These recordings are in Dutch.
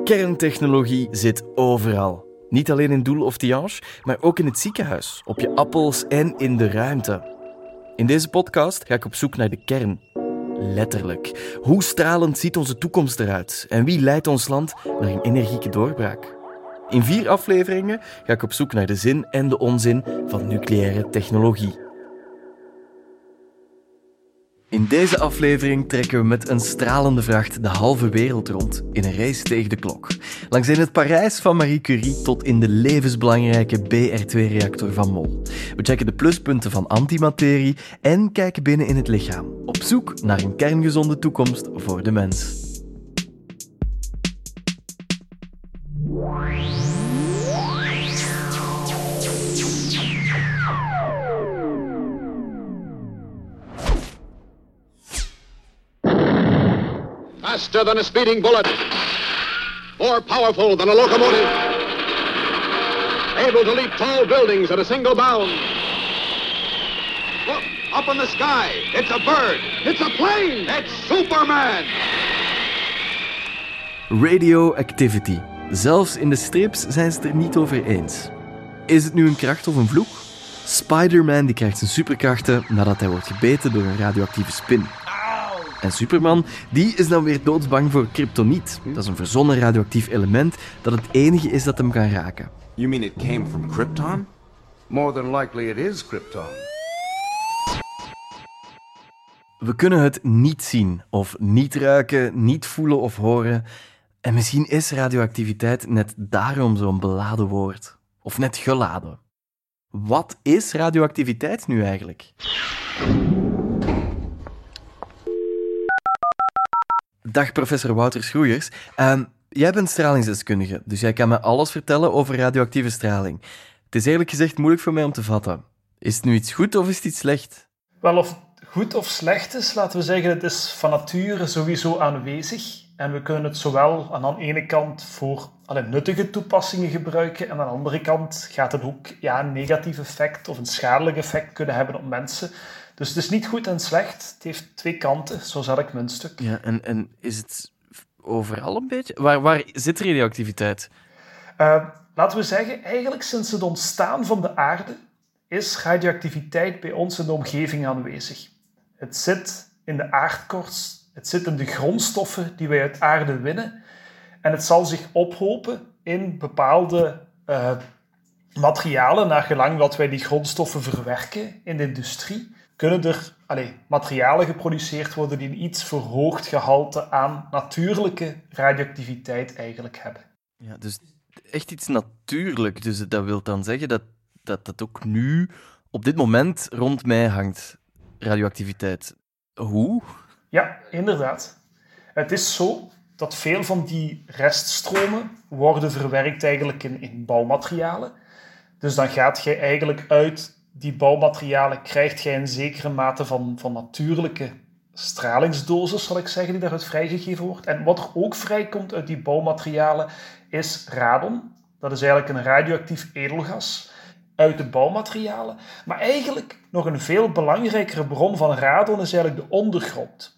Kerntechnologie zit overal. Niet alleen in Doel of Tihange, maar ook in het ziekenhuis, op je appels en in de ruimte. In deze podcast ga ik op zoek naar de kern. Letterlijk. Hoe stralend ziet onze toekomst eruit? En wie leidt ons land naar een energieke doorbraak? In 4 afleveringen ga ik op zoek naar de zin en de onzin van nucleaire technologie. In deze aflevering trekken we met een stralende vracht de halve wereld rond in een race tegen de klok. Langs in het Parijs van Marie Curie tot in de levensbelangrijke BR2-reactor van Mol. We checken de pluspunten van antimaterie en kijken binnen in het lichaam. Op zoek naar een kerngezonde toekomst voor de mens. Faster than a speeding bullet, more powerful than a locomotive, able to leap tall buildings at a single bound. Look, up in the sky, it's a bird, it's a plane, it's Superman! Radioactivity. Zelfs in de strips zijn ze het er niet over eens. Is het nu een kracht of een vloek? Spider-Man die krijgt zijn superkrachten nadat hij wordt gebeten door een radioactieve spin. En Superman, die is dan weer doodsbang voor kryptoniet. Dat is een verzonnen radioactief element dat het enige is dat hem kan raken. You mean it came from Krypton? More than likely it is Krypton. We kunnen het niet zien, of niet ruiken, niet voelen of horen. En misschien is radioactiviteit net daarom zo'n beladen woord. Of net geladen. Wat is radioactiviteit nu eigenlijk? Dag professor Wouter Schroeiers. Jij bent stralingsdeskundige, dus jij kan me alles vertellen over radioactieve straling. Het is eerlijk gezegd moeilijk voor mij om te vatten. Is het nu iets goed of is het iets slecht? Wel, of het goed of slecht is, laten we zeggen, het is van nature sowieso aanwezig. En we kunnen het zowel aan de ene kant voor nuttige toepassingen gebruiken, en aan de andere kant gaat het ook een negatief effect of een schadelijk effect kunnen hebben op mensen. Dus het is niet goed en slecht. Het heeft 2 kanten, zo zat ik muntstuk. Ja, en is het overal een beetje? Waar zit radioactiviteit? Laten we zeggen, eigenlijk sinds het ontstaan van de aarde is radioactiviteit bij ons in de omgeving aanwezig. Het zit in de aardkorst, het zit in de grondstoffen die wij uit aarde winnen en het zal zich ophopen in bepaalde materialen, naar gelang dat wij die grondstoffen verwerken in de industrie. Kunnen er materialen geproduceerd worden die een iets verhoogd gehalte aan natuurlijke radioactiviteit eigenlijk hebben. Ja, dus echt iets natuurlijk. Dus dat wil dan zeggen dat ook nu, op dit moment, rond mij hangt, radioactiviteit. Hoe? Ja, inderdaad. Het is zo dat veel van die reststromen worden verwerkt eigenlijk in bouwmaterialen. Dus dan gaat je eigenlijk uit die bouwmaterialen krijgt je een zekere mate van natuurlijke stralingsdosis, zal ik zeggen, die daaruit vrijgegeven wordt. En wat er ook vrijkomt uit die bouwmaterialen is radon. Dat is eigenlijk een radioactief edelgas uit de bouwmaterialen. Maar eigenlijk nog een veel belangrijkere bron van radon is eigenlijk de ondergrond.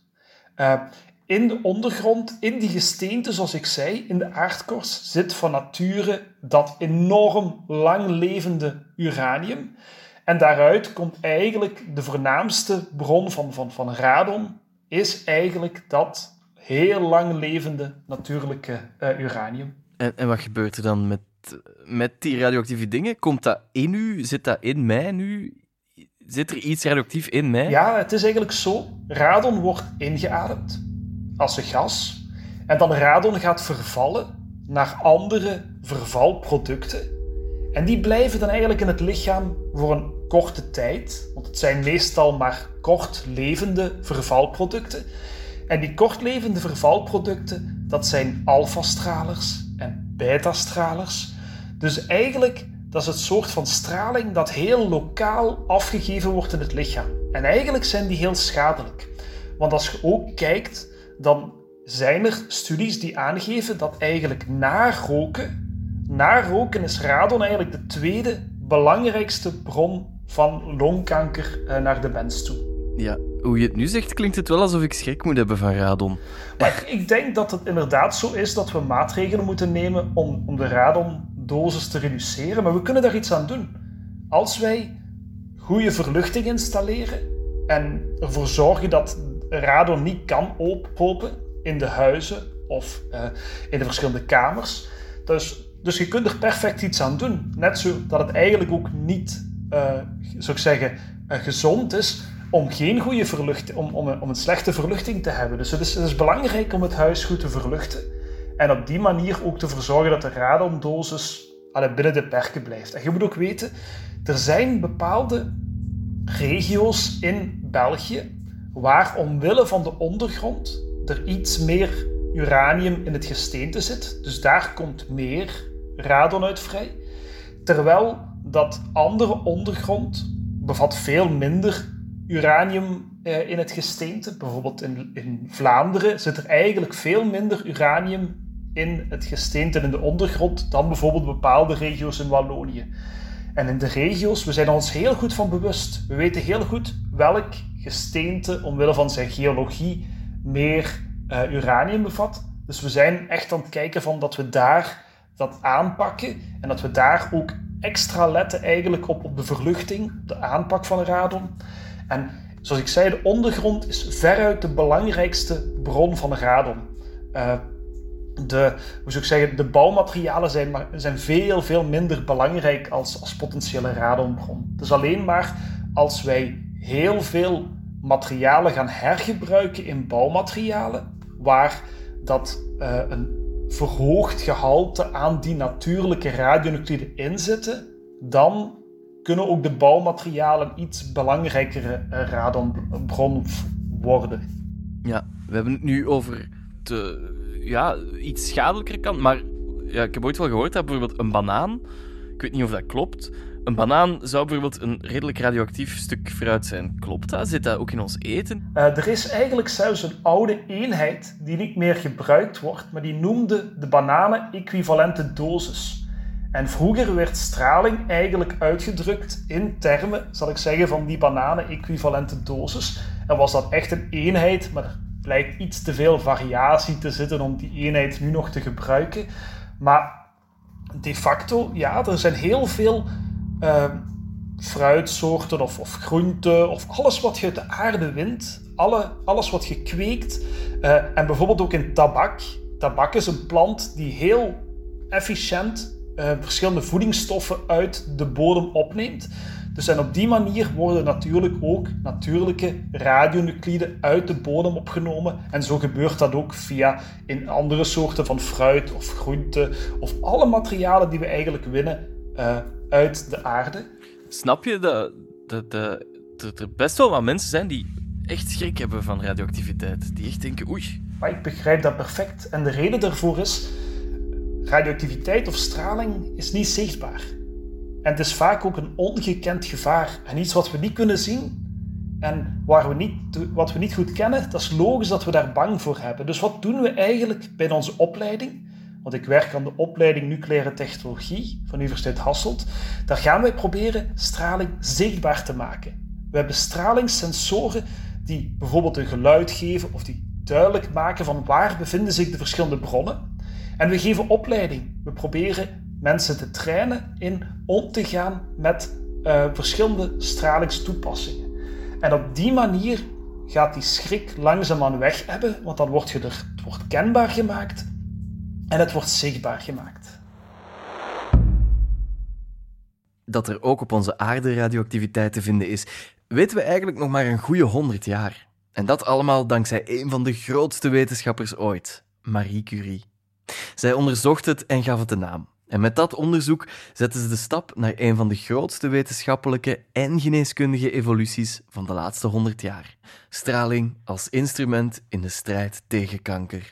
In de ondergrond, in die gesteente, zoals ik zei, in de aardkorst, zit van nature dat enorm langlevende uranium. En daaruit komt eigenlijk de voornaamste bron van radon, is eigenlijk dat heel langlevende natuurlijke uranium. En wat gebeurt er dan met die radioactieve dingen? Komt dat in u? Zit dat in mij nu? Zit er iets radioactief in mij? Ja, het is eigenlijk zo. Radon wordt ingeademd als een gas. En dan radon gaat vervallen naar andere vervalproducten. En die blijven dan eigenlijk in het lichaam voor een korte tijd. Want het zijn meestal maar kortlevende vervalproducten. En die kortlevende vervalproducten, dat zijn alfastralers en betastralers. Dus eigenlijk, dat is het soort van straling dat heel lokaal afgegeven wordt in het lichaam. En eigenlijk zijn die heel schadelijk. Want als je ook kijkt, dan zijn er studies die aangeven dat eigenlijk na roken is radon eigenlijk de tweede belangrijkste bron van longkanker naar de mens toe. Ja, Hoe je het nu zegt, klinkt het wel alsof ik schrik moet hebben van radon. Maar ik denk dat het inderdaad zo is dat we maatregelen moeten nemen om de radondosis te reduceren. Maar we kunnen daar iets aan doen. Als wij goede verluchting installeren en ervoor zorgen dat radon niet kan ophopen in de huizen of in de verschillende kamers. Dus je kunt er perfect iets aan doen. Net zo dat het eigenlijk ook niet, zou ik zeggen, gezond is om geen goede verluchting, om een slechte verluchting te hebben. Dus het is belangrijk om het huis goed te verluchten. En op die manier ook te verzorgen dat de radondosis binnen de perken blijft. En je moet ook weten, er zijn bepaalde regio's in België waar omwille van de ondergrond er iets meer uranium in het gesteente zit. Dus daar komt meer radon uit vrij. Terwijl dat andere ondergrond bevat veel minder uranium in het gesteente. Bijvoorbeeld in Vlaanderen zit er eigenlijk veel minder uranium in het gesteente en in de ondergrond dan bijvoorbeeld bepaalde regio's in Wallonië. En in de regio's, we zijn ons heel goed van bewust. We weten heel goed welk gesteente omwille van zijn geologie meer uranium bevat. Dus we zijn echt aan het kijken van dat we daar dat aanpakken en dat we daar ook extra letten eigenlijk op de verluchting, de aanpak van radon. En zoals ik zei, de ondergrond is veruit de belangrijkste bron van radon. De bouwmaterialen zijn veel minder belangrijk als potentiële radonbron. Dus alleen maar als wij heel veel materialen gaan hergebruiken in bouwmaterialen, waar dat een verhoogd gehalte aan die natuurlijke radionucliden in zitten, dan kunnen ook de bouwmaterialen iets belangrijkere radonbron worden. Ja, we hebben het nu over iets schadelijker kant, maar ik heb ooit wel gehoord dat bijvoorbeeld een banaan, ik weet niet of dat klopt, een banaan zou bijvoorbeeld een redelijk radioactief stuk fruit zijn. Klopt dat? Zit dat ook in ons eten? Er is eigenlijk zelfs een oude eenheid die niet meer gebruikt wordt, maar die noemde de bananen-equivalente dosis. En vroeger werd straling eigenlijk uitgedrukt in termen, zal ik zeggen, van die bananen-equivalente dosis. En was dat echt een eenheid, maar er blijkt iets te veel variatie te zitten om die eenheid nu nog te gebruiken. Maar de facto, er zijn heel veel fruitsoorten of groenten of alles wat je uit de aarde wint, alles wat je kweekt. En bijvoorbeeld ook in tabak. Tabak is een plant die heel efficiënt verschillende voedingsstoffen uit de bodem opneemt. Dus en op die manier worden natuurlijk ook natuurlijke radionucliden uit de bodem opgenomen. En zo gebeurt dat ook via in andere soorten van fruit of groente of alle materialen die we eigenlijk winnen uit de aarde. Snap je dat er best wel wat mensen zijn die echt schrik hebben van radioactiviteit? Die echt denken, oei. Maar ik begrijp dat perfect. En de reden daarvoor is, radioactiviteit of straling is niet zichtbaar. En het is vaak ook een ongekend gevaar. En iets wat we niet kunnen zien en wat we niet goed kennen, dat is logisch dat we daar bang voor hebben. Dus wat doen we eigenlijk bij onze opleiding? Want ik werk aan de opleiding Nucleaire Technologie van de Universiteit Hasselt. Daar gaan wij proberen straling zichtbaar te maken. We hebben stralingssensoren die bijvoorbeeld een geluid geven of die duidelijk maken van waar bevinden zich de verschillende bronnen. En we geven opleiding. We proberen mensen te trainen in om te gaan met verschillende stralingstoepassingen. En op die manier gaat die schrik langzaamaan weg hebben, want dan het wordt kenbaar gemaakt en het wordt zichtbaar gemaakt. Dat er ook op onze aarde radioactiviteit te vinden is, weten we eigenlijk nog maar een goede 100 jaar. En dat allemaal dankzij een van de grootste wetenschappers ooit, Marie Curie. Zij onderzocht het en gaf het een naam. En met dat onderzoek zetten ze de stap naar een van de grootste wetenschappelijke en geneeskundige evoluties van de laatste 100 jaar. Straling als instrument in de strijd tegen kanker.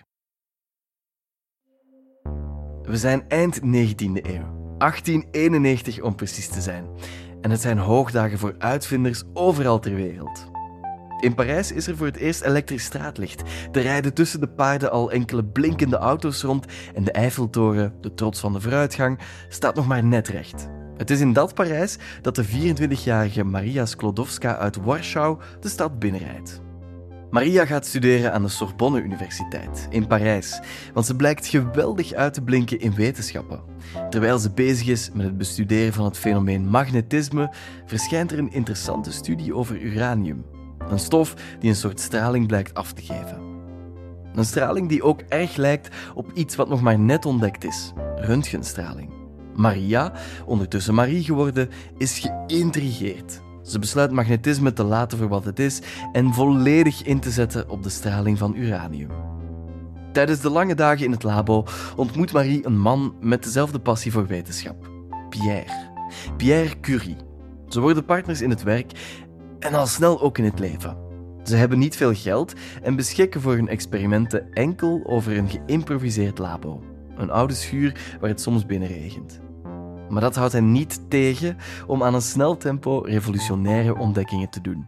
We zijn eind 19e eeuw, 1891 om precies te zijn. En het zijn hoogdagen voor uitvinders overal ter wereld. In Parijs is er voor het eerst elektrisch straatlicht. Er rijden tussen de paarden al enkele blinkende auto's rond en de Eiffeltoren, de trots van de vooruitgang, staat nog maar net recht. Het is in dat Parijs dat de 24-jarige Maria Sklodowska uit Warschau de stad binnenrijdt. Maria gaat studeren aan de Sorbonne Universiteit in Parijs, want ze blijkt geweldig uit te blinken in wetenschappen. Terwijl ze bezig is met het bestuderen van het fenomeen magnetisme, verschijnt er een interessante studie over uranium. Een stof die een soort straling blijkt af te geven. Een straling die ook erg lijkt op iets wat nog maar net ontdekt is: röntgenstraling. Maria, ondertussen Marie geworden, is geïntrigeerd. Ze besluit magnetisme te laten voor wat het is en volledig in te zetten op de straling van uranium. Tijdens de lange dagen in het labo ontmoet Marie een man met dezelfde passie voor wetenschap: Pierre Curie. Ze worden partners in het werk en al snel ook in het leven. Ze hebben niet veel geld en beschikken voor hun experimenten enkel over een geïmproviseerd labo. Een oude schuur waar het soms binnenregent. Maar dat houdt hen niet tegen om aan een snel tempo revolutionaire ontdekkingen te doen.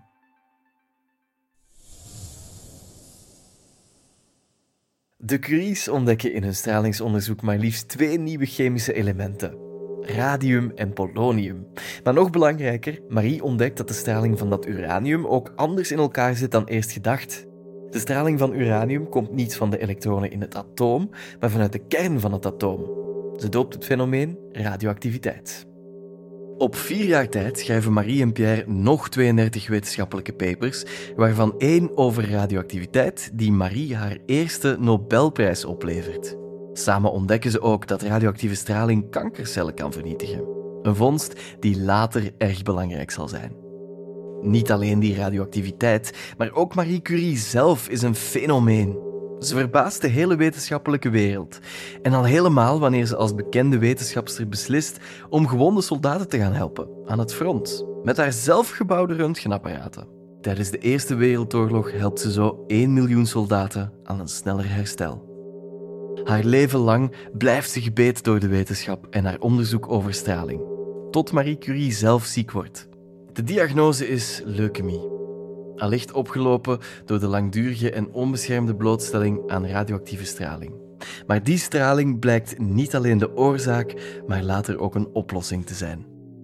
De Curies ontdekken in hun stralingsonderzoek maar liefst 2 nieuwe chemische elementen: radium en polonium. Maar nog belangrijker, Marie ontdekt dat de straling van dat uranium ook anders in elkaar zit dan eerst gedacht. De straling van uranium komt niet van de elektronen in het atoom, maar vanuit de kern van het atoom. Ze doopt het fenomeen radioactiviteit. Op 4 jaar tijd schrijven Marie en Pierre nog 32 wetenschappelijke papers, waarvan 1 over radioactiviteit, die Marie haar eerste Nobelprijs oplevert. Samen ontdekken ze ook dat radioactieve straling kankercellen kan vernietigen. Een vondst die later erg belangrijk zal zijn. Niet alleen die radioactiviteit, maar ook Marie Curie zelf is een fenomeen. Ze verbaast de hele wetenschappelijke wereld. En al helemaal wanneer ze als bekende wetenschapster beslist om gewonde soldaten te gaan helpen aan het front, met haar zelfgebouwde röntgenapparaten. Tijdens de Eerste Wereldoorlog helpt ze zo 1 miljoen soldaten aan een sneller herstel. Haar leven lang blijft ze gebeten door de wetenschap en haar onderzoek over straling. Tot Marie Curie zelf ziek wordt. De diagnose is leukemie. Allicht opgelopen door de langdurige en onbeschermde blootstelling aan radioactieve straling. Maar die straling blijkt niet alleen de oorzaak, maar later ook een oplossing te zijn.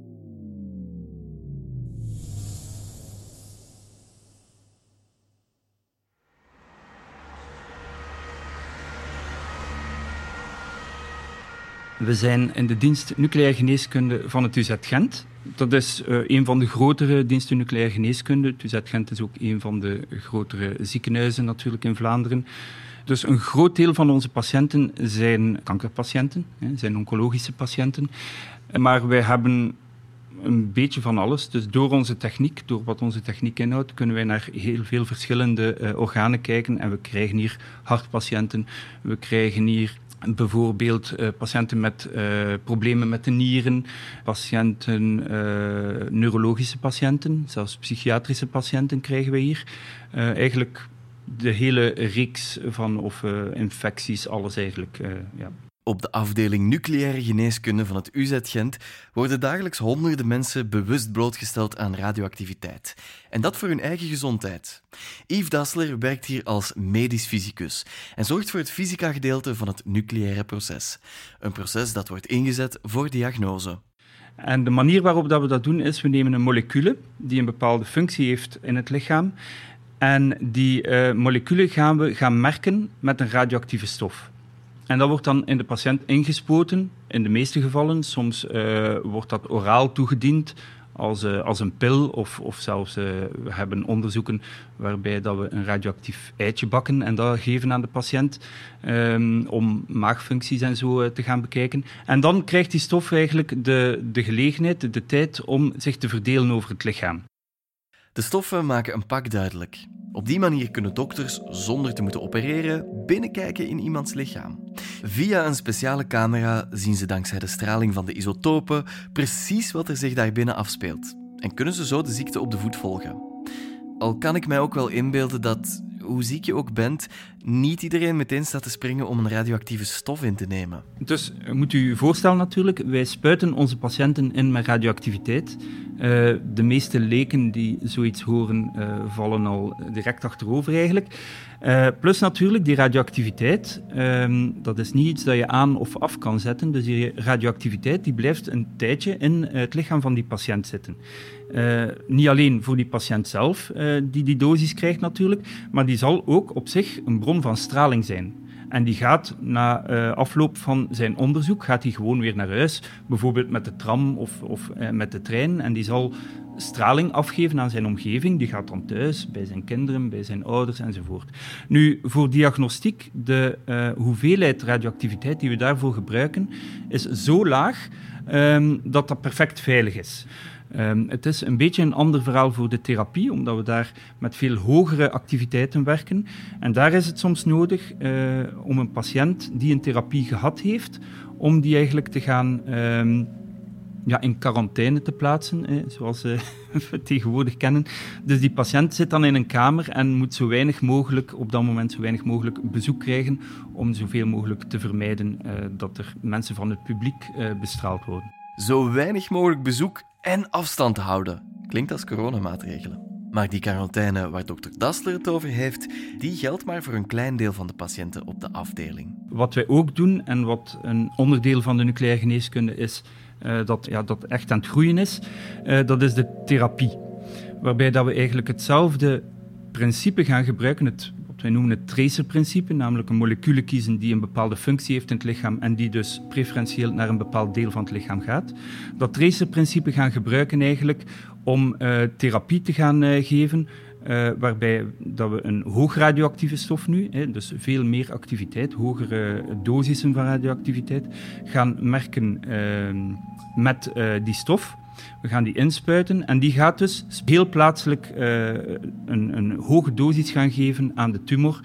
We zijn in de dienst nucleaire geneeskunde van het UZ Gent. Dat is een van de grotere diensten nucleaire geneeskunde. Het UZ Gent is ook een van de grotere ziekenhuizen natuurlijk in Vlaanderen. Dus een groot deel van onze patiënten zijn kankerpatiënten, zijn oncologische patiënten. Maar wij hebben een beetje van alles. Dus door onze techniek, door wat onze techniek inhoudt, kunnen wij naar heel veel verschillende organen kijken. En we krijgen hier hartpatiënten, we krijgen hier bijvoorbeeld patiënten met problemen met de nieren, patiënten, neurologische patiënten, zelfs psychiatrische patiënten krijgen we hier. Eigenlijk de hele reeks van infecties, alles eigenlijk. Ja. Op de afdeling nucleaire geneeskunde van het UZ Gent worden dagelijks honderden mensen bewust blootgesteld aan radioactiviteit. En dat voor hun eigen gezondheid. Yves Dassler werkt hier als medisch fysicus en zorgt voor het fysica-gedeelte van het nucleaire proces. Een proces dat wordt ingezet voor diagnose. En de manier waarop dat we dat doen is, we nemen een molecule die een bepaalde functie heeft in het lichaam. En die molecule gaan we merken met een radioactieve stof. En dat wordt dan in de patiënt ingespoten, in de meeste gevallen. Soms wordt dat oraal toegediend als een pil of zelfs we hebben onderzoeken waarbij dat we een radioactief eitje bakken en dat geven aan de patiënt om maagfuncties en zo te gaan bekijken. En dan krijgt die stof eigenlijk de gelegenheid, de tijd om zich te verdelen over het lichaam. De stoffen maken een pak duidelijk. Op die manier kunnen dokters, zonder te moeten opereren, binnenkijken in iemands lichaam. Via een speciale camera zien ze dankzij de straling van de isotopen precies wat er zich daarbinnen afspeelt. En kunnen ze zo de ziekte op de voet volgen. Al kan ik mij ook wel inbeelden dat, hoe ziek je ook bent, niet iedereen meteen staat te springen om een radioactieve stof in te nemen. Dus moet u je voorstellen natuurlijk, wij spuiten onze patiënten in met radioactiviteit. De meeste leken die zoiets horen vallen al direct achterover eigenlijk. Plus natuurlijk die radioactiviteit, dat is niet iets dat je aan of af kan zetten. Dus die radioactiviteit die blijft een tijdje in het lichaam van die patiënt zitten. Niet alleen voor die patiënt zelf, die dosis krijgt natuurlijk, maar die zal ook op zich een bron van straling zijn. En die gaat na afloop van zijn onderzoek gaat hij gewoon weer naar huis, bijvoorbeeld met de tram of met de trein. En die zal straling afgeven aan zijn omgeving. Die gaat dan thuis, bij zijn kinderen, bij zijn ouders enzovoort. Nu, voor diagnostiek, de hoeveelheid radioactiviteit die we daarvoor gebruiken, is zo laag dat dat perfect veilig is. Het is een beetje een ander verhaal voor de therapie, omdat we daar met veel hogere activiteiten werken. En daar is het soms nodig om een patiënt die een therapie gehad heeft, om die eigenlijk te gaan in quarantaine te plaatsen, zoals we het tegenwoordig kennen. Dus die patiënt zit dan in een kamer en moet zo weinig mogelijk, op dat moment zo weinig mogelijk bezoek krijgen, om zoveel mogelijk te vermijden dat er mensen van het publiek bestraald worden. Zo weinig mogelijk bezoek en afstand houden. Klinkt als coronamaatregelen. Maar die quarantaine waar dokter Dassler het over heeft, die geldt maar voor een klein deel van de patiënten op de afdeling. Wat wij ook doen, en wat een onderdeel van de nucleaire geneeskunde is, dat echt aan het groeien is, dat is de therapie. Waarbij dat we eigenlijk hetzelfde principe gaan gebruiken, wat wij noemen het tracerprincipe, namelijk een molecule kiezen die een bepaalde functie heeft in het lichaam en die dus preferentieel naar een bepaald deel van het lichaam gaat. Dat tracerprincipe gaan gebruiken eigenlijk om therapie te gaan geven, waarbij dat we een hoog radioactieve stof nu, dus veel meer activiteit, hogere dosissen van radioactiviteit, gaan merken met die stof. We gaan die inspuiten en die gaat dus heel plaatselijk een hoge dosis gaan geven aan de tumor,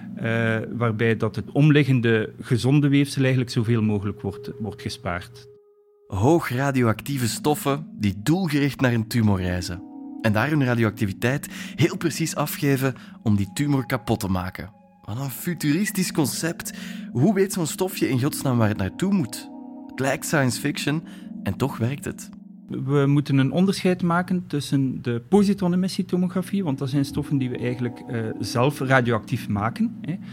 waarbij dat het omliggende gezonde weefsel eigenlijk zoveel mogelijk wordt gespaard. Hoog radioactieve stoffen die doelgericht naar een tumor reizen. En daar hun radioactiviteit heel precies afgeven om die tumor kapot te maken. Wat een futuristisch concept. Hoe weet zo'n stofje in godsnaam waar het naartoe moet? Het lijkt science fiction en toch werkt het. We moeten een onderscheid maken tussen de positronemissietomographie, want dat zijn stoffen die we eigenlijk zelf radioactief maken.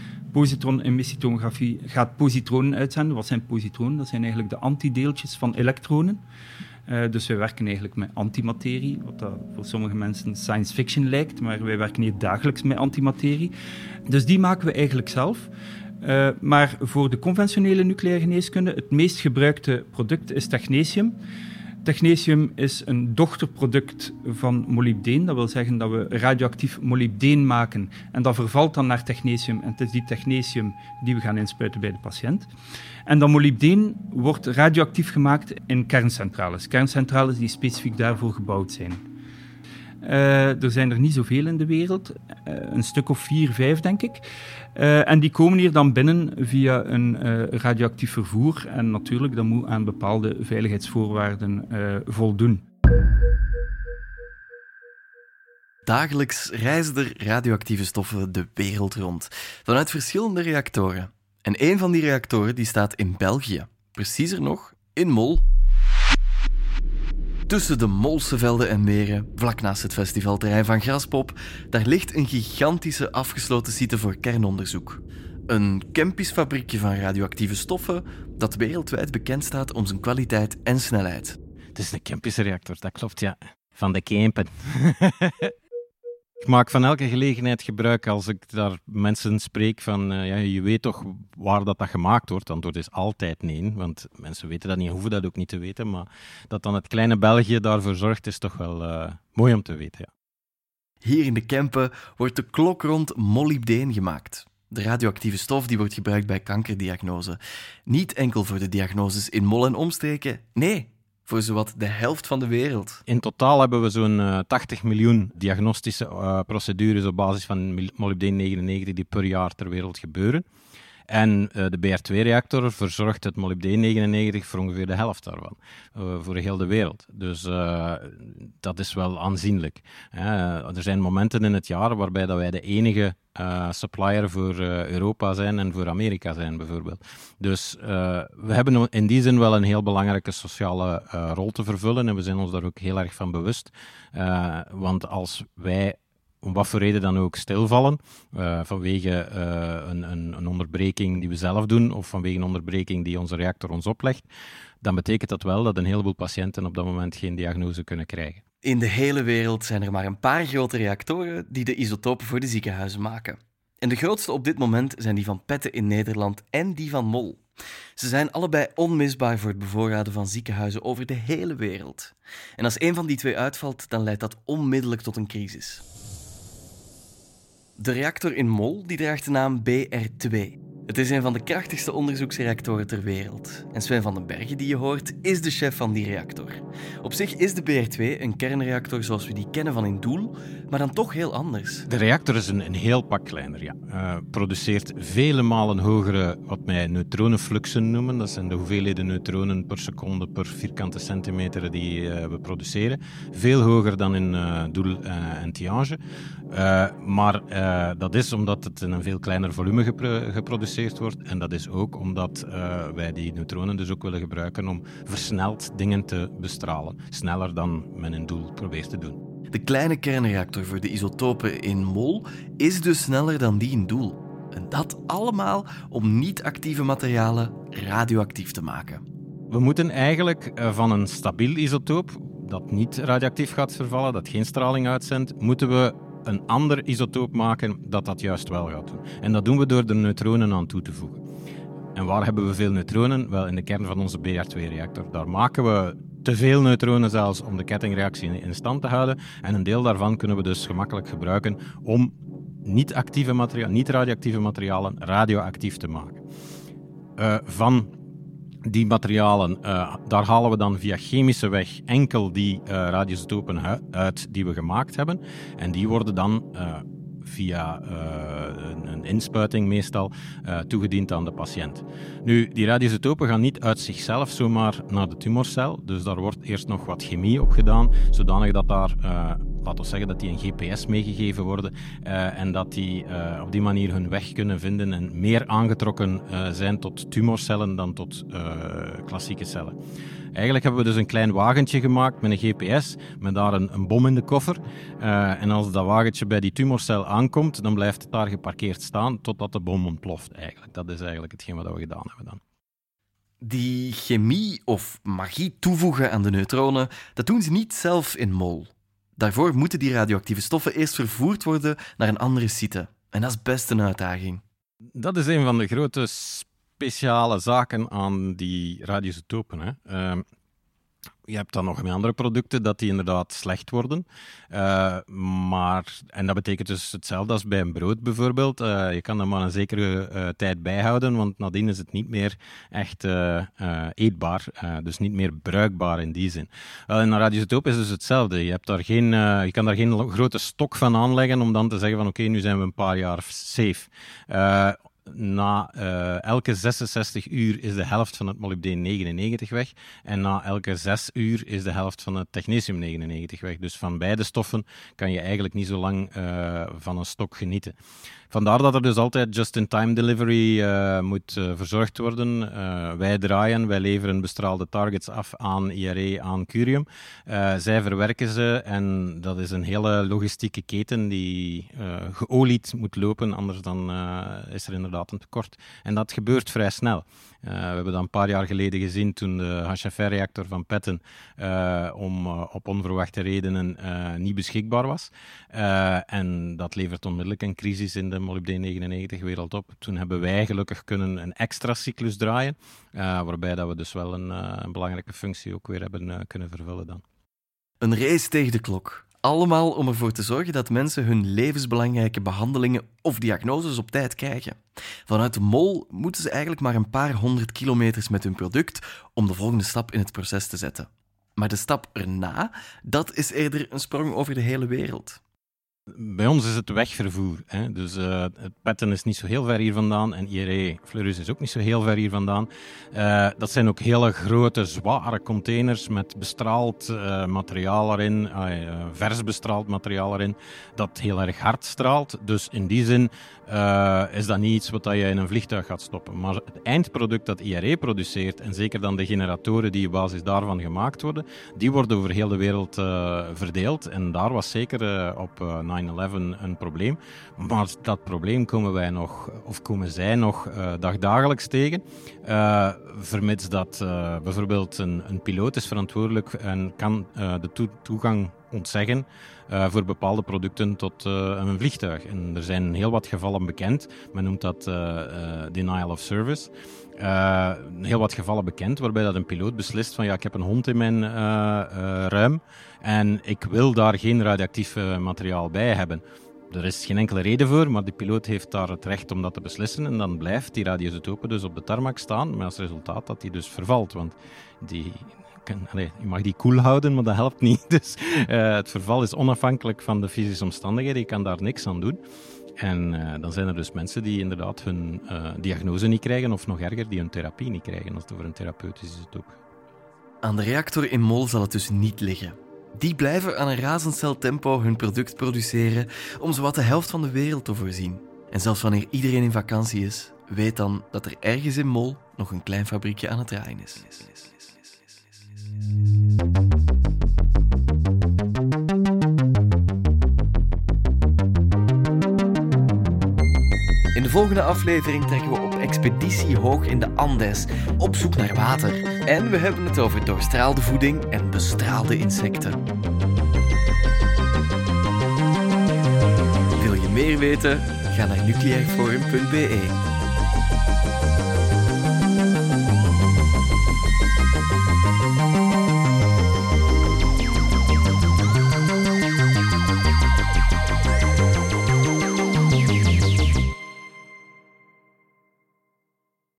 Positronemissietomographie gaat positronen uitzenden. Wat zijn positronen? Dat zijn eigenlijk de antideeltjes van elektronen. Dus wij werken eigenlijk met antimaterie, wat dat voor sommige mensen science fiction lijkt, maar wij werken hier dagelijks met antimaterie. Dus die maken we eigenlijk zelf. Maar voor de conventionele nucleaire geneeskunde, het meest gebruikte product is technetium. Technetium is een dochterproduct van molybdeen. Dat wil zeggen dat we radioactief molybdeen maken. En dat vervalt dan naar technetium. En het is die technetium die we gaan inspuiten bij de patiënt. En dat molybdeen wordt radioactief gemaakt in kerncentrales. Kerncentrales die specifiek daarvoor gebouwd zijn. Er zijn er niet zoveel in de wereld. Een stuk of 4, 5 denk ik. En die komen hier dan binnen via een radioactief vervoer. En natuurlijk, dat moet aan bepaalde veiligheidsvoorwaarden voldoen. Dagelijks reizen er radioactieve stoffen de wereld rond. Vanuit verschillende reactoren. En een van die reactoren die staat in België. Preciezer nog, in Mol. Tussen de Molse velden en meren, vlak naast het festivalterrein van Graspop, daar ligt een gigantische afgesloten site voor kernonderzoek. Een Kempis-fabriekje van radioactieve stoffen dat wereldwijd bekend staat om zijn kwaliteit en snelheid. Het is een Kempis-reactor, dat klopt, ja. Van de Kempen. Ik maak van elke gelegenheid gebruik als ik daar mensen spreek van je weet toch waar dat gemaakt wordt. Antwoord is altijd nee, want mensen weten dat niet, hoeven dat ook niet te weten. Maar dat dan het kleine België daarvoor zorgt, is toch wel mooi om te weten. Ja. Hier in de Kempen wordt de klok rond molybdeen gemaakt. De radioactieve stof die wordt gebruikt bij kankerdiagnose. Niet enkel voor de diagnoses in Mol en omstreken, nee, voor zowat de helft van de wereld. In totaal hebben we zo'n 80 miljoen diagnostische procedures op basis van molybdeen-99 die per jaar ter wereld gebeuren. En de BR2-reactor verzorgt het molybdeen-99 voor ongeveer de helft daarvan, voor heel de wereld. Dus dat is wel aanzienlijk. Er zijn momenten in het jaar waarbij dat wij de enige supplier voor Europa zijn en voor Amerika zijn, bijvoorbeeld. Dus we hebben in die zin wel een heel belangrijke sociale rol te vervullen en we zijn ons daar ook heel erg van bewust. Want als wij om wat voor reden dan ook stilvallen, vanwege een onderbreking die we zelf doen of vanwege een onderbreking die onze reactor ons oplegt, dan betekent dat wel dat een heleboel patiënten op dat moment geen diagnose kunnen krijgen. In de hele wereld zijn er maar een paar grote reactoren die de isotopen voor de ziekenhuizen maken. En de grootste op dit moment zijn die van Petten in Nederland en die van Mol. Ze zijn allebei onmisbaar voor het bevoorraden van ziekenhuizen over de hele wereld. En als een van die twee uitvalt, dan leidt dat onmiddellijk tot een crisis. De reactor in Mol die draagt de naam BR2. Het is een van de krachtigste onderzoeksreactoren ter wereld. En Sven van den Bergen, die je hoort, is de chef van die reactor. Op zich is de BR2 een kernreactor zoals we die kennen van in Doel, maar dan toch heel anders. De reactor is een heel pak kleiner, ja. Produceert vele malen hogere, wat wij neutronenfluxen noemen. Dat zijn de hoeveelheden neutronen per seconde per vierkante centimeter die we produceren. Veel hoger dan in Doel en Tihange. Maar dat is omdat het in een veel kleiner volume geproduceerd wordt. En dat is ook omdat wij die neutronen dus ook willen gebruiken om versneld dingen te bestralen. Sneller dan men in Doel probeert te doen. De kleine kernreactor voor de isotopen in Mol is dus sneller dan die in Doel. En dat allemaal om niet-actieve materialen radioactief te maken. We moeten eigenlijk van een stabiel isotoop, dat niet radioactief gaat vervallen, dat geen straling uitzendt, moeten we een ander isotoop maken dat juist wel gaat doen. En dat doen we door er neutronen aan toe te voegen. En waar hebben we veel neutronen? Wel, in de kern van onze BR2-reactor. Daar maken we te veel neutronen zelfs om de kettingreactie in stand te houden. En een deel daarvan kunnen we dus gemakkelijk gebruiken om niet radioactieve materialen radioactief te maken. Van die materialen, daar halen we dan via chemische weg enkel die radioisotopen uit die we gemaakt hebben. En die worden dan via een inspuiting meestal toegediend aan de patiënt. Nu, die radioisotopen gaan niet uit zichzelf zomaar naar de tumorcel. Dus daar wordt eerst nog wat chemie op gedaan, zodanig dat daar, laten we zeggen, dat die een GPS meegegeven worden en dat die op die manier hun weg kunnen vinden en meer aangetrokken zijn tot tumorcellen dan tot klassieke cellen. Eigenlijk hebben we dus een klein wagentje gemaakt met een GPS, met daar een bom in de koffer. En als dat wagentje bij die tumorcel aankomt, dan blijft het daar geparkeerd staan totdat de bom ontploft eigenlijk. Dat is eigenlijk hetgeen wat we gedaan hebben dan. Die chemie of magie toevoegen aan de neutronen, dat doen ze niet zelf in Mol. Daarvoor moeten die radioactieve stoffen eerst vervoerd worden naar een andere site. En dat is best een uitdaging. Dat is een van de grote speciale zaken aan die radioisotopen. Je hebt dan nog met andere producten dat die inderdaad slecht worden. En dat betekent dus hetzelfde als bij een brood bijvoorbeeld. Je kan dat maar een zekere tijd bijhouden, want nadien is het niet meer echt eetbaar. Dus niet meer bruikbaar in die zin. In een radioisotoop is dus hetzelfde. Je kan daar geen grote stok van aanleggen om dan te zeggen van oké, nu zijn we een paar jaar safe. Na elke 66 uur is de helft van het molybdeen-99 weg. En na elke 6 uur is de helft van het technetium-99 weg. Dus van beide stoffen kan je eigenlijk niet zo lang van een stok genieten. Vandaar dat er dus altijd just-in-time delivery moet verzorgd worden. Wij leveren bestraalde targets af aan IRE, aan Curium. Zij verwerken ze en dat is een hele logistieke keten die geolied moet lopen, anders dan is er inderdaad een tekort. En dat gebeurt vrij snel. We hebben dat een paar jaar geleden gezien toen de HFR-reactor van Petten op onverwachte redenen niet beschikbaar was. En dat levert onmiddellijk een crisis in de molybdeen-99-wereld op. Toen hebben wij gelukkig kunnen een extra cyclus draaien, waarbij dat we dus wel een belangrijke functie ook weer hebben kunnen vervullen dan. Een race tegen de klok. Allemaal om ervoor te zorgen dat mensen hun levensbelangrijke behandelingen of diagnoses op tijd krijgen. Vanuit de Mol moeten ze eigenlijk maar een paar 100 kilometers met hun product om de volgende stap in het proces te zetten. Maar de stap erna, dat is eerder een sprong over de hele wereld. Bij ons is het wegvervoer. Dus het Petten is niet zo heel ver hier vandaan en IRE Fleurus is ook niet zo heel ver hier vandaan. Dat zijn ook hele grote, zware containers met bestraald materiaal erin, vers bestraald materiaal erin, dat heel erg hard straalt. Dus in die zin is dat niet iets wat je in een vliegtuig gaat stoppen. Maar het eindproduct dat IRE produceert, en zeker dan de generatoren die op basis daarvan gemaakt worden, die worden over heel de wereld verdeeld. En daar was zeker op 9/11 een probleem. Maar dat probleem komen zij nog dagdagelijks tegen. Vermits dat bijvoorbeeld een piloot is verantwoordelijk en kan de toegang ontzeggen voor bepaalde producten tot een vliegtuig. En er zijn heel wat gevallen bekend. Men noemt dat denial of service. Heel wat gevallen bekend waarbij dat een piloot beslist van ik heb een hond in mijn ruim en ik wil daar geen radioactief materiaal bij hebben. Er is geen enkele reden voor, maar de piloot heeft daar het recht om dat te beslissen en dan blijft die radioisotopen dus op de tarmac staan, met als resultaat dat die dus vervalt, want je mag die koel houden, maar dat helpt niet. Dus het verval is onafhankelijk van de fysische omstandigheden, je kan daar niks aan doen. En dan zijn er dus mensen die inderdaad hun diagnose niet krijgen, of nog erger, die hun therapie niet krijgen, als het over een therapeutisch isotoop gaat. Aan de reactor in Mol zal het dus niet liggen. Die blijven aan een razendsnel tempo hun product produceren om zowat de helft van de wereld te voorzien. En zelfs wanneer iedereen in vakantie is, weet dan dat er ergens in Mol nog een klein fabriekje aan het draaien is. In de volgende aflevering trekken we op expeditie hoog in de Andes, op zoek naar water. En we hebben het over doorstraalde voeding en bestraalde insecten. Wil je meer weten? Ga naar nucleairforum.be.